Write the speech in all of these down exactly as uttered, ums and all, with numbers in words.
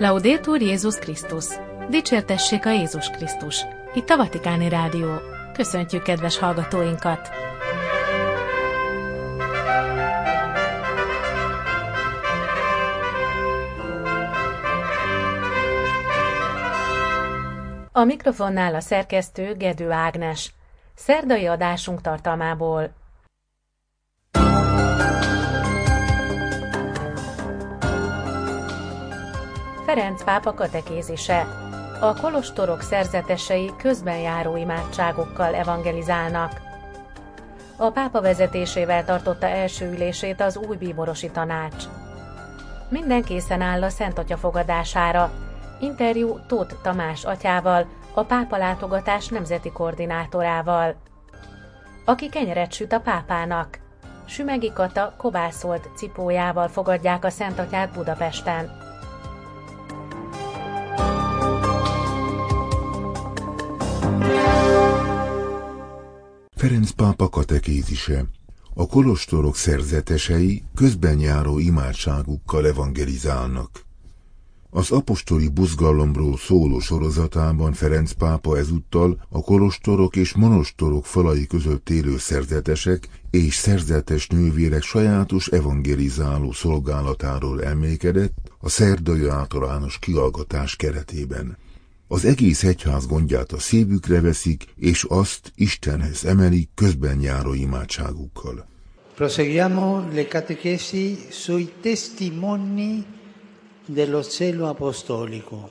Laudetur Jézus Krisztus! Dicsértessék a Jézus Krisztus! Itt a Vatikáni Rádió. Köszöntjük kedves hallgatóinkat! A mikrofonnál a szerkesztő Gedő Ágnes. Szerdai adásunk tartalmából. Ferenc pápa katekézise. A kolostorok szerzetesei közben járó imádságokkal evangelizálnak. A pápa vezetésével tartotta első ülését az új bíborosi tanács. Minden készen áll a Szent Atya fogadására. Interjú Tóth Tamás atyával, a pápa látogatás nemzeti koordinátorával. Aki kenyeret süt a pápának. Sümegi Kata kovászolt cipójával fogadják a Szent Atyát Budapesten. Ferenc pápa katekézise. A kolostorok szerzetesei közben járó imádságukkal evangelizálnak. Az apostoli buzgalomról szóló sorozatában Ferenc pápa ezúttal a kolostorok és monostorok falai között élő szerzetesek és szerzetes nővérek sajátos evangelizáló szolgálatáról emlékedett a szerdai általános kihallgatás keretében. Az egész egyház gondját a szívükre veszik, és azt Istenhez emelik közben járó imádságukkal. Proseguiamo le catechesi sui testimoni dello zelo apostolico.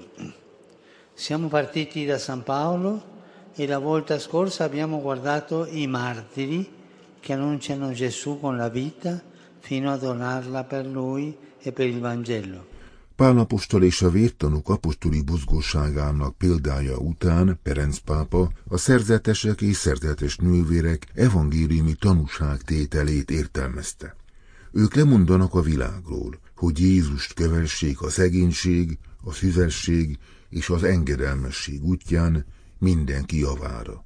Siamo partiti da San Paolo e la volta scorsa abbiamo guardato i martiri che annunciano Gesù con la vita fino a donarla per lui e per il Vangelo. Pál apostol és a vértanúk apostoli buzgóságának példája után Ferenc pápa a szerzetesek és szerzetes nővérek evangéliumi tanúságtételét értelmezte. Ők lemondanak a világról, hogy Jézust kövessék a szegénység, a szüzesség és az engedelmesség útján mindenki javára.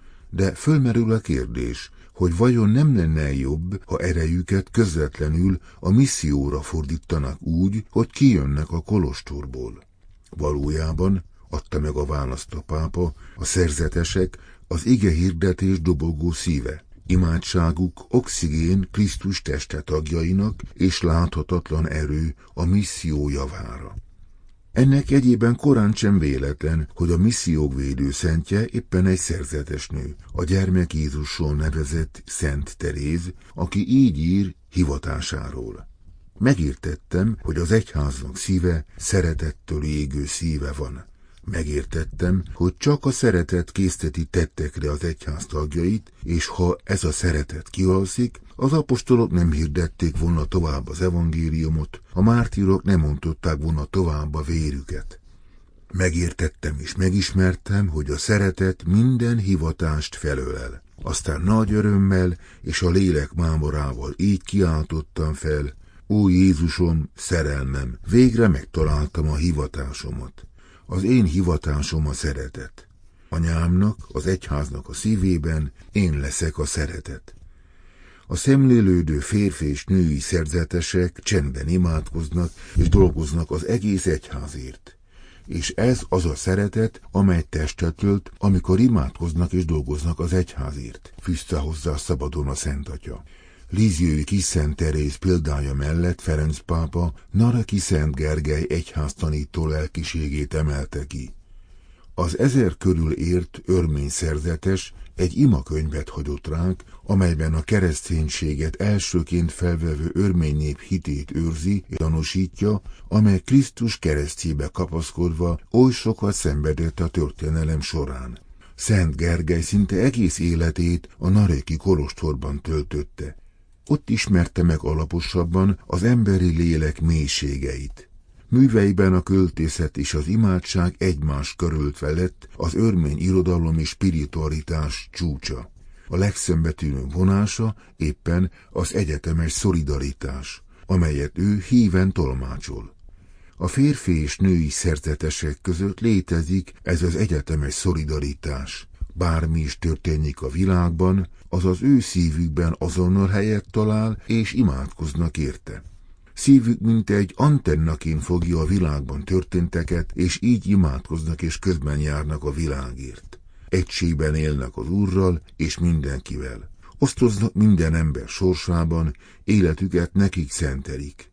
De fölmerül a kérdés, hogy vajon nem lenne jobb, ha erejüket közvetlenül a misszióra fordítanak úgy, hogy kijönnek a kolostorból. Valójában, adta meg a választ a pápa, a szerzetesek az ige hirdetés dobogó szíve. Imádságuk oxigén Krisztus teste tagjainak és láthatatlan erő a misszió javára. Ennek egyében korán sem véletlen, hogy a missziók védőszentje éppen egy szerzetes nő, a gyermek Jézusról nevezett Szent Teréz, aki így ír hivatásáról. Megértettem, hogy az egyháznak szíve szeretettől égő szíve van. Megértettem, hogy csak a szeretet készteti tettekre az egyház tagjait, és ha ez a szeretet kialszik, az apostolok nem hirdették volna tovább az evangéliumot, a mártírok nem ontották volna tovább a vérüket. Megértettem és megismertem, hogy a szeretet minden hivatást felölel. Aztán nagy örömmel és a lélek mámorával így kiáltottam fel: ó Jézusom, szerelmem, végre megtaláltam a hivatásomat. Az én hivatásom a szeretet. Anyámnak, az egyháznak a szívében én leszek a szeretet. A szemlélődő férfi és női szerzetesek csendben imádkoznak és dolgoznak az egész egyházért. És ez az a szeretet, amely testet ölt, amikor imádkoznak és dolgoznak az egyházért, fűzte hozzá szabadon a Szent Atya. Líziói Kis Szent Teréz példája mellett Ferenc pápa Nareki Szent Gergely egyháztanító lelkiségét emelte ki. Az ezer körül ért örmény szerzetes egy imakönyvet hagyott ránk, amelyben a kereszténységet elsőként felvevő örmény nép hitét őrzi és tanúsítja, amely Krisztus keresztjébe kapaszkodva oly sokat szenvedett a történelem során. Szent Gergely szinte egész életét a nareki kolostorban töltötte. Ott ismerte meg alaposabban az emberi lélek mélységeit. Műveiben a költészet és az imádság egymás körültve lett az örmény irodalom és spiritualitás csúcsa. A legszembetűnő vonása éppen az egyetemes szolidaritás, amelyet ő híven tolmácsol. A férfi és női szerzetesek között létezik ez az egyetemes szolidaritás. Bármi is történik a világban, az az ő szívükben azonnal helyet talál, és imádkoznak érte. Szívük mint egy antennaként fogja a világban történteket, és így imádkoznak és közben járnak a világért. Egységben élnek az Úrral és mindenkivel. Osztoznak minden ember sorsában, életüket nekik szentelik.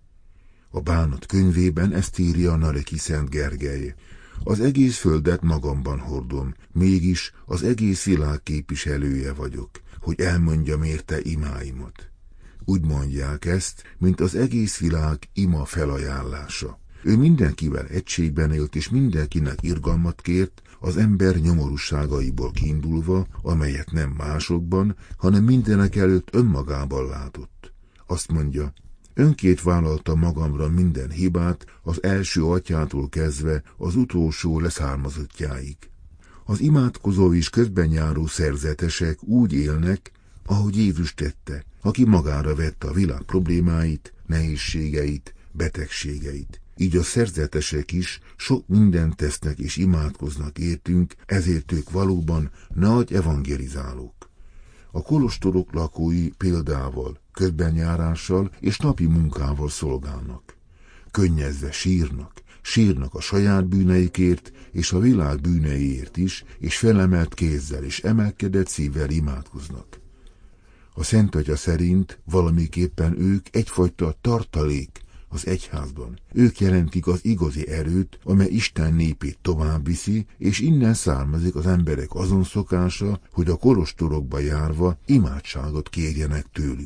A Bánat könyvében ezt írja Nareki Szent Gergely. Az egész földet magamban hordom, mégis az egész világ képviselője vagyok, hogy elmondjam érte imáimat. Úgy mondják ezt, mint az egész világ ima felajánlása. Ő mindenkivel egységben élt, és mindenkinek irgalmat kért, az ember nyomorúságaiból kiindulva, amelyet nem másokban, hanem mindenek előtt önmagában látott. Azt mondja, önkét vállalta magamra minden hibát, az első atyától kezdve az utolsó leszármazottjáig. Az imádkozó és közben járó szerzetesek úgy élnek, ahogy Jézus tette, aki magára vette a világ problémáit, nehézségeit, betegségeit. Így a szerzetesek is sok mindent tesznek és imádkoznak értünk, ezért ők valóban nagy evangelizálók. A kolostorok lakói példával, közbenjárással és napi munkával szolgálnak. Könnyezve sírnak, sírnak a saját bűneikért és a világ bűneiért is, és felemelt kézzel és emelkedett szívvel imádkoznak. A Szent Atya szerint valamiképpen ők egyfajta tartalék az egyházban. Ők jelentik az igazi erőt, amely Isten népét tovább viszi, és innen származik az emberek azon szokása, hogy a kolostorokba járva imádságot kérjenek tőlük.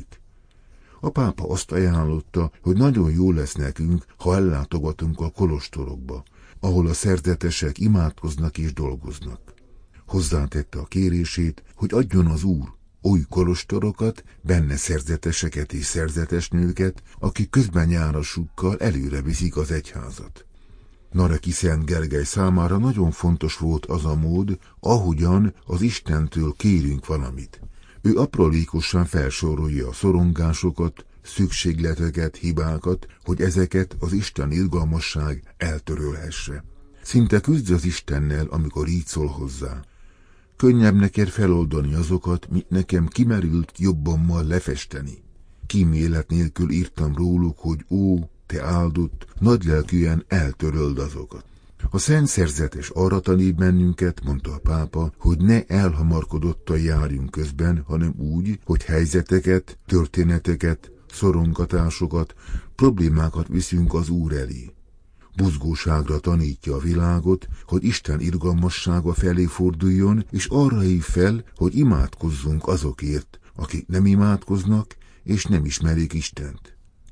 A pápa azt ajánlotta, hogy nagyon jó lesz nekünk, ha ellátogatunk a kolostorokba, ahol a szerzetesek imádkoznak és dolgoznak. Hozzátette a kérését, hogy adjon az Úr új kolostorokat, benne szerzeteseket és szerzetesnőket, akik közbenjárasukkal előre viszik az egyházat. Nareki Szent Gergely számára nagyon fontos volt az a mód, ahogyan az Istentől kérünk valamit. Ő aprólékosan felsorolja a szorongásokat, szükségleteket, hibákat, hogy ezeket az Isten irgalmasság eltörölhesse. Szinte küzd az Istennel, amikor így szól hozzá. Könnyebb neked feloldani azokat, mint nekem kimerült jobbammal lefesteni. Kímélet nélkül írtam róluk, hogy ó, te áldott, nagylelkűen eltöröld azokat. A szent szerzetes arra tanít bennünket, mondta a pápa, hogy ne elhamarkodottan járjunk közben, hanem úgy, hogy helyzeteket, történeteket, szorongatásokat, problémákat viszünk az Úr elé. Buzgóságra tanítja a világot, hogy Isten irgalmassága felé forduljon, és arra hív fel, hogy imádkozzunk azokért, akik nem imádkoznak, és nem ismerik Istent.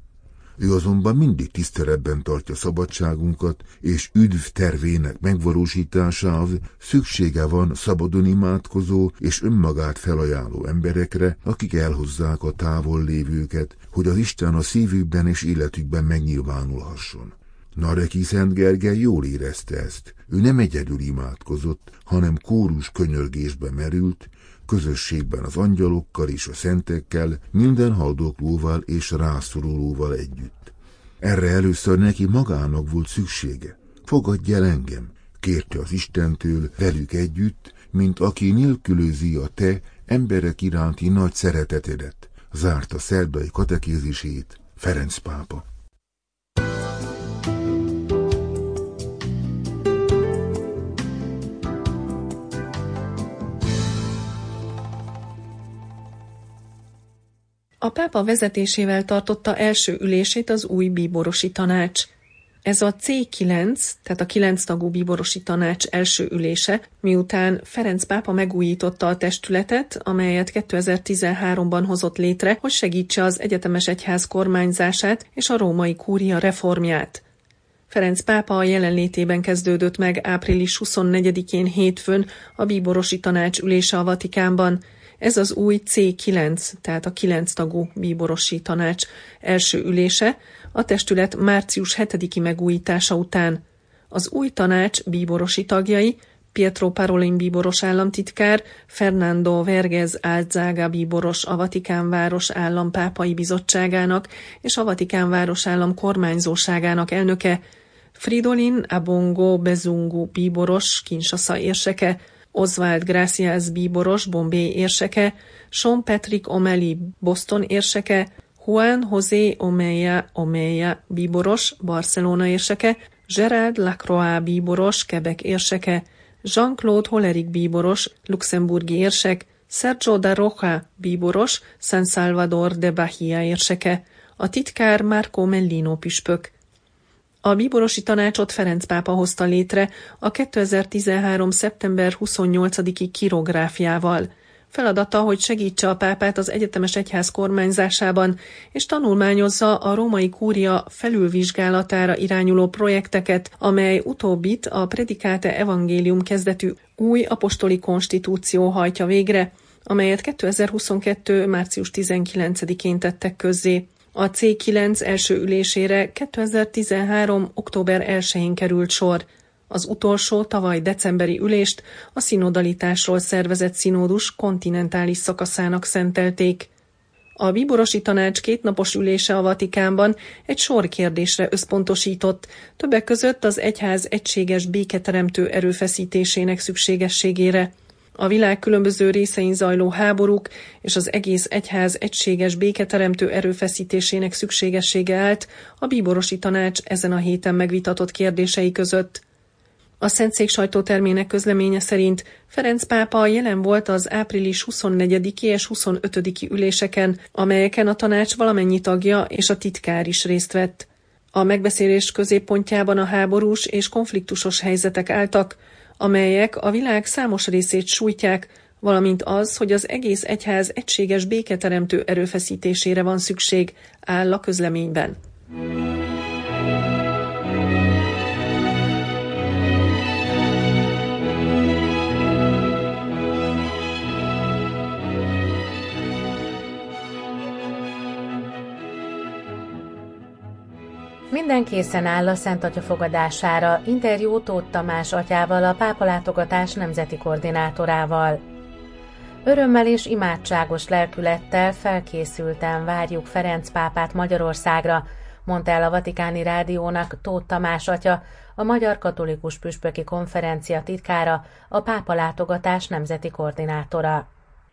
Ő azonban mindig tiszteletben tartja szabadságunkat, és üdv tervének megvalósításához szüksége van szabadon imádkozó és önmagát felajánló emberekre, akik elhozzák a távol lévőket, hogy az Isten a szívükben és életükben megnyilvánulhasson. Nareki Szent Gergely jól érezte ezt. Ő nem egyedül imádkozott, hanem kórus könyörgésbe merült, közösségben az angyalokkal és a szentekkel, minden haldoklóval és rászorulóval együtt. Erre először neki magának volt szüksége. Fogadj el engem, kérte az Istentől velük együtt, mint aki nélkülözi a te emberek iránti nagy szeretetedet, zárta szerdai katekézisét Ferenc pápa. A pápa vezetésével tartotta első ülését az új bíborosi tanács. Ez a cé kilenc, tehát a kilenc tagú bíborosi tanács első ülése, miután Ferenc pápa megújította a testületet, amelyet kétezer-tizenháromban hozott létre, hogy segítse az egyetemes egyház kormányzását és a római kúria reformját. Ferenc pápa jelenlétében kezdődött meg április huszonnegyedikén hétfőn a bíborosi tanács ülése a Vatikánban. Ez az új cé kilenc, tehát a kilenc tagú bíborosi tanács első ülése, a testület március hetediki megújítása után. Az új tanács bíborosi tagjai Pietro Parolin bíboros államtitkár, Fernando Vergez Álzaga bíboros a Vatikán város állam pápai bizottságának és a Vatikán város állam kormányzóságának elnöke, Fridolin Abongo Bezungu bíboros Kinshasa érseke, Oswald Gracias bíboros Bombay érseke, Sean Patrick O'Malley Boston érseke, Juan José Omeya Omeya bíboros, Barcelona érseke, Gerald Lacroix bíboros, Quebec érseke, Jean-Claude Hollerich bíboros, luxemburgi érsek, Sergio da Rocha bíboros, San Salvador de Bahia érseke, a titkár Marco Mellino püspök. A bíborosi tanácsot Ferenc pápa hozta létre a kétezer-tizenhárom. szeptember huszonnyolcadiki kirográfiával. Feladata, hogy segítse a pápát az egyetemes egyház kormányzásában, és tanulmányozza a római kúria felülvizsgálatára irányuló projekteket, amely utóbbit a Predicate Evangelium kezdetű új apostoli konstitúció hajtja végre, amelyet kétezer-huszonkettő. március tizenkilencedikén tettek közzé. A cé kilenc első ülésére kétezer-tizenhárom. október elsején került sor. Az utolsó tavaly decemberi ülést a szinodalitásról szervezett színódus kontinentális szakaszának szentelték. A bíborosi tanács kétnapos ülése a Vatikánban egy sor kérdésre összpontosított, többek között az egyház egységes béketeremtő erőfeszítésének szükségességére. A világ különböző részein zajló háborúk és az egész egyház egységes béketeremtő erőfeszítésének szükségessége állt a bíborosi tanács ezen a héten megvitatott kérdései között. A Szentszék sajtótermének közleménye szerint Ferenc pápa jelen volt az április huszonnegyediki és huszonötödiki üléseken, amelyeken a tanács valamennyi tagja és a titkár is részt vett. A megbeszélés középpontjában a háborús és konfliktusos helyzetek álltak, amelyek a világ számos részét sújtják, valamint az, hogy az egész egyház egységes béketeremtő erőfeszítésére van szükség, áll a közleményben. Minden készen áll a Szent Atya fogadására. Interjú Tóth Tamás atyával, a pápalátogatás nemzeti koordinátorával. Örömmel és imádságos lelkülettel felkészülten várjuk Ferenc pápát Magyarországra, mondta el a Vatikáni Rádiónak Tóth Tamás atya, a Magyar Katolikus Püspöki Konferencia titkára, a pápalátogatás nemzeti koordinátora.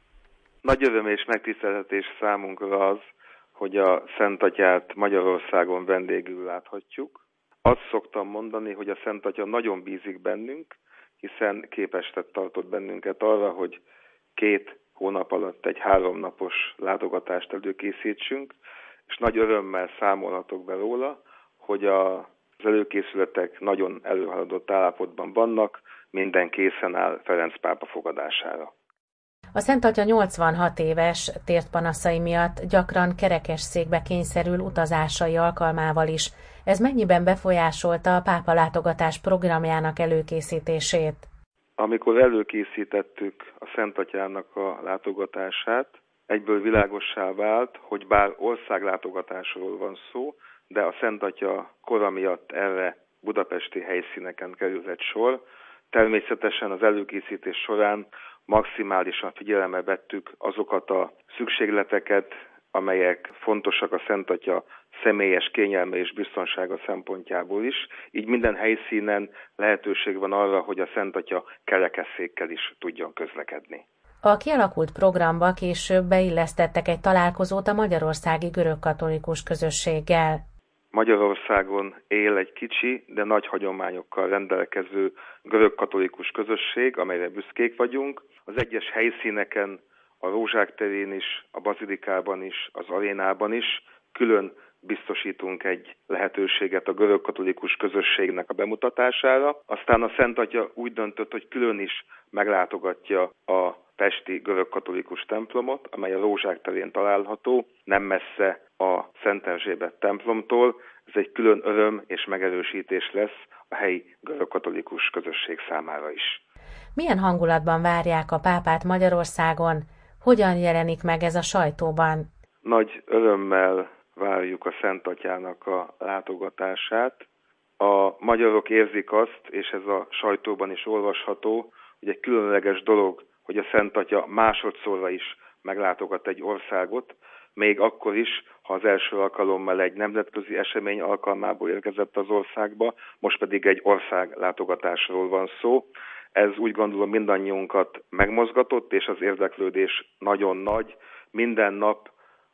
Nagy öröm és megtiszteltetés számunkra az, hogy a Szent Atyát Magyarországon vendégül láthatjuk. Azt szoktam mondani, hogy a Szent Atya nagyon bízik bennünk, hiszen képestet tartott bennünket arra, hogy két hónap alatt egy háromnapos látogatást előkészítsünk, és nagy örömmel számolhatok be róla, hogy az előkészületek nagyon előhaladott állapotban vannak, minden készen áll Ferenc pápa fogadására. A Szent Atya nyolcvanhat éves, tért panaszai miatt gyakran kerekesszékbe kényszerül utazásai alkalmával is. Ez mennyiben befolyásolta a pápa látogatás programjának előkészítését? Amikor előkészítettük a Szent Atyának a látogatását, egyből világossá vált, hogy bár országlátogatásról van szó, de a Szent Atya kora miatt erre budapesti helyszíneken került sor. Természetesen az előkészítés során maximálisan figyelembe vettük azokat a szükségleteket, amelyek fontosak a Szent Atya személyes kényelme és biztonsága szempontjából is. Így minden helyszínen lehetőség van arra, hogy a Szent Atya kerekesszékkel is tudjon közlekedni. A kialakult programba később beillesztettek egy találkozót a magyarországi görögkatolikus közösséggel. Magyarországon él egy kicsi, de nagy hagyományokkal rendelkező görögkatolikus közösség, amelyre büszkék vagyunk. Az egyes helyszíneken, a Rózsák terén is, a Bazilikában is, az arénában is külön biztosítunk egy lehetőséget a görögkatolikus közösségnek a bemutatására. Aztán a Szent Atya úgy döntött, hogy külön is meglátogatja a pesti görögkatolikus templomot, amely a Rózsák terén található, nem messze a Szent Erzsébet templomtól. Ez egy külön öröm és megerősítés lesz a helyi görögkatolikus közösség számára is. Milyen hangulatban várják a pápát Magyarországon? Hogyan jelenik meg ez a sajtóban? Nagy örömmel várjuk a Szent Atyának a látogatását. A magyarok érzik azt, és ez a sajtóban is olvasható, hogy egy különleges dolog, hogy a Szent Atya másodszorra is meglátogat egy országot, még akkor is, ha az első alkalommal egy nemzetközi esemény alkalmából érkezett az országba, most pedig egy ország látogatásról van szó. Ez úgy gondolom mindannyiunkat megmozgatott, és az érdeklődés nagyon nagy. Minden nap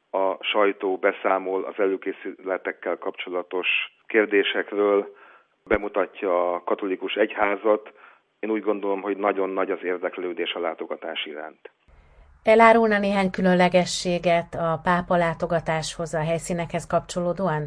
a sajtó beszámol az előkészületekkel kapcsolatos kérdésekről, bemutatja a katolikus egyházat. Én úgy gondolom, hogy nagyon nagy az érdeklődés a látogatás iránt. Elárulna néhány különlegességet a pápa látogatáshoz, a helyszínekhez kapcsolódóan?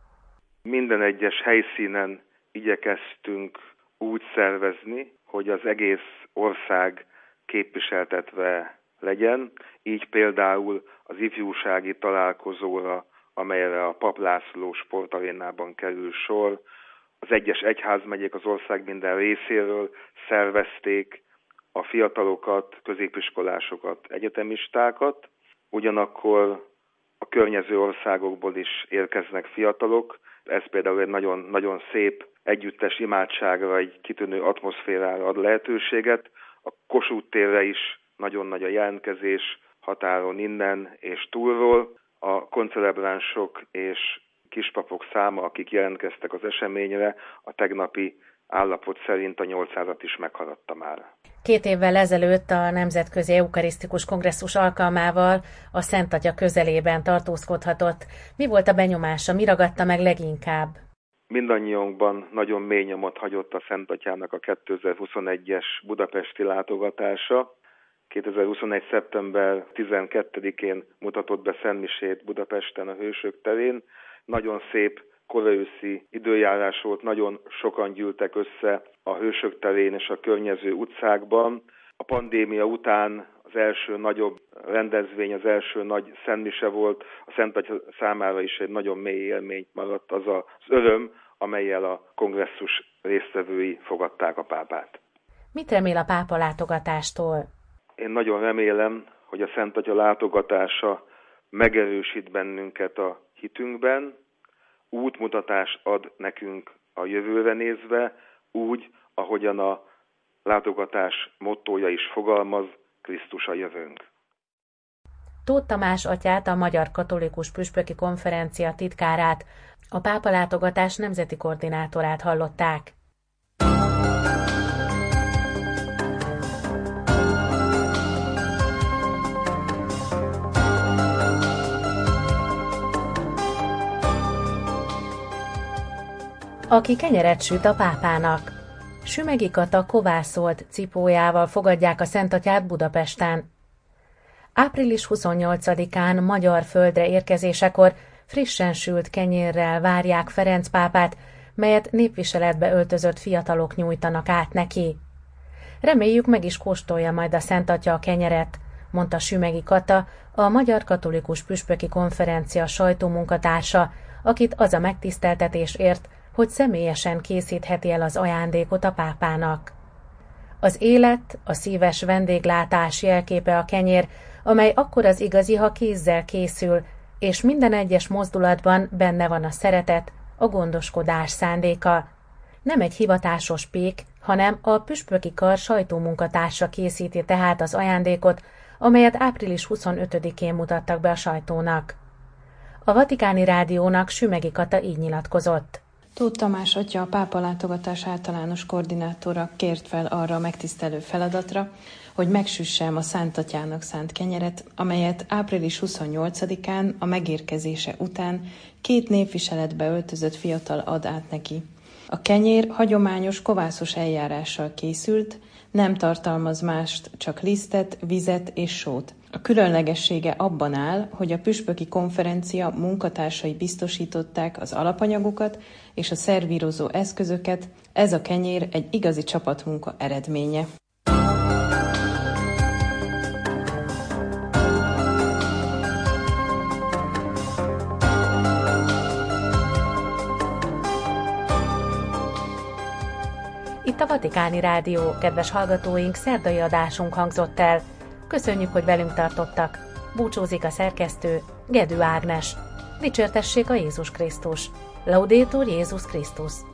Minden egyes helyszínen igyekeztünk úgy szervezni, hogy az egész ország képviseltetve legyen. Így például az ifjúsági találkozóra, amelyre a Pap László sportarénában kerül sor, az egyes egyházmegyék az ország minden részéről szervezték a fiatalokat, középiskolásokat, egyetemistákat, ugyanakkor a környező országokból is érkeznek fiatalok. Ez például egy nagyon, nagyon szép együttes imádságra, egy kitűnő atmoszférára ad lehetőséget. A Kossuth térre is nagyon nagy a jelentkezés határon innen és túlról. A koncelebránsok és kispapok száma, akik jelentkeztek az eseményre, a tegnapi állapot szerint a nyolcszázat is meghaladta már. Két évvel ezelőtt a Nemzetközi Eukarisztikus Kongresszus alkalmával a Szent Atya közelében tartózkodhatott. Mi volt a benyomása, mi ragadta meg leginkább? Mindannyiunkban nagyon mély nyomot hagyott a Szent Atyának a kétezer-huszonegyes budapesti látogatása. kétezer-huszonegy. szeptember tizenkettedikén mutatott be szentmisét Budapesten a Hősök terén. Nagyon szép koraőszi időjárás volt, nagyon sokan gyűltek össze a Hősök terén és a környező utcákban. A pandémia után az első nagyobb rendezvény, az első nagy szentmise volt, a Szent Atya számára is egy nagyon mély élményt maradt az az öröm, amellyel a kongresszus résztvevői fogadták a pápát. Mit remél a pápa látogatástól? Én nagyon remélem, hogy a Szent Atya látogatása megerősít bennünket a hitünkben, útmutatást ad nekünk a jövőre nézve, úgy, ahogyan a látogatás mottója is fogalmaz, Krisztus a jövőnk. Tóth Tamás atyát, a Magyar Katolikus Püspöki Konferencia titkárát, a pápa látogatás nemzeti koordinátorát hallották. Aki kenyeret süt a pápának. Sümegi Kata kovászolt cipójával fogadják a Szent Atyát Budapesten. április huszonnyolcadikán magyar földre érkezésekor frissen sült kenyérrel várják Ferenc pápát, melyet népviseletbe öltözött fiatalok nyújtanak át neki. Reméljük, meg is kóstolja majd a Szent Atya a kenyeret, mondta Sümegi Kata, a Magyar Katolikus Püspöki Konferencia sajtómunkatársa, akit az a megtiszteltetés ért, hogy személyesen készítheti el az ajándékot a pápának. Az élet, a szíves vendéglátás jelképe a kenyér, amely akkor az igazi, ha kézzel készül, és minden egyes mozdulatban benne van a szeretet, a gondoskodás szándéka. Nem egy hivatásos pék, hanem a püspöki kar sajtómunkatársa készíti tehát az ajándékot, amelyet április huszonötödikén mutattak be a sajtónak. A Vatikáni Rádiónak Sümegi Kata így nyilatkozott. Tóth Tamás atya, a pápa látogatás általános koordinátora kért fel arra a megtisztelő feladatra, hogy megsüssem a Szent Atyának szánt kenyeret, amelyet április huszonnyolcadikán a megérkezése után két népviseletbe öltözött fiatal ad át neki. A kenyér hagyományos kovászos eljárással készült, nem tartalmaz mást, csak lisztet, vizet és sót. A különlegessége abban áll, hogy a püspöki konferencia munkatársai biztosították az alapanyagokat és a szervírozó eszközöket, ez a kenyér egy igazi csapatmunka eredménye. Itt a Vatikáni Rádió, kedves hallgatóink, szerdai adásunk hangzott el. Köszönjük, hogy velünk tartottak. Búcsúzik a szerkesztő, Gedő Ágnes. Dicsértessék a Jézus Krisztus. Laudetur Jézus Krisztus.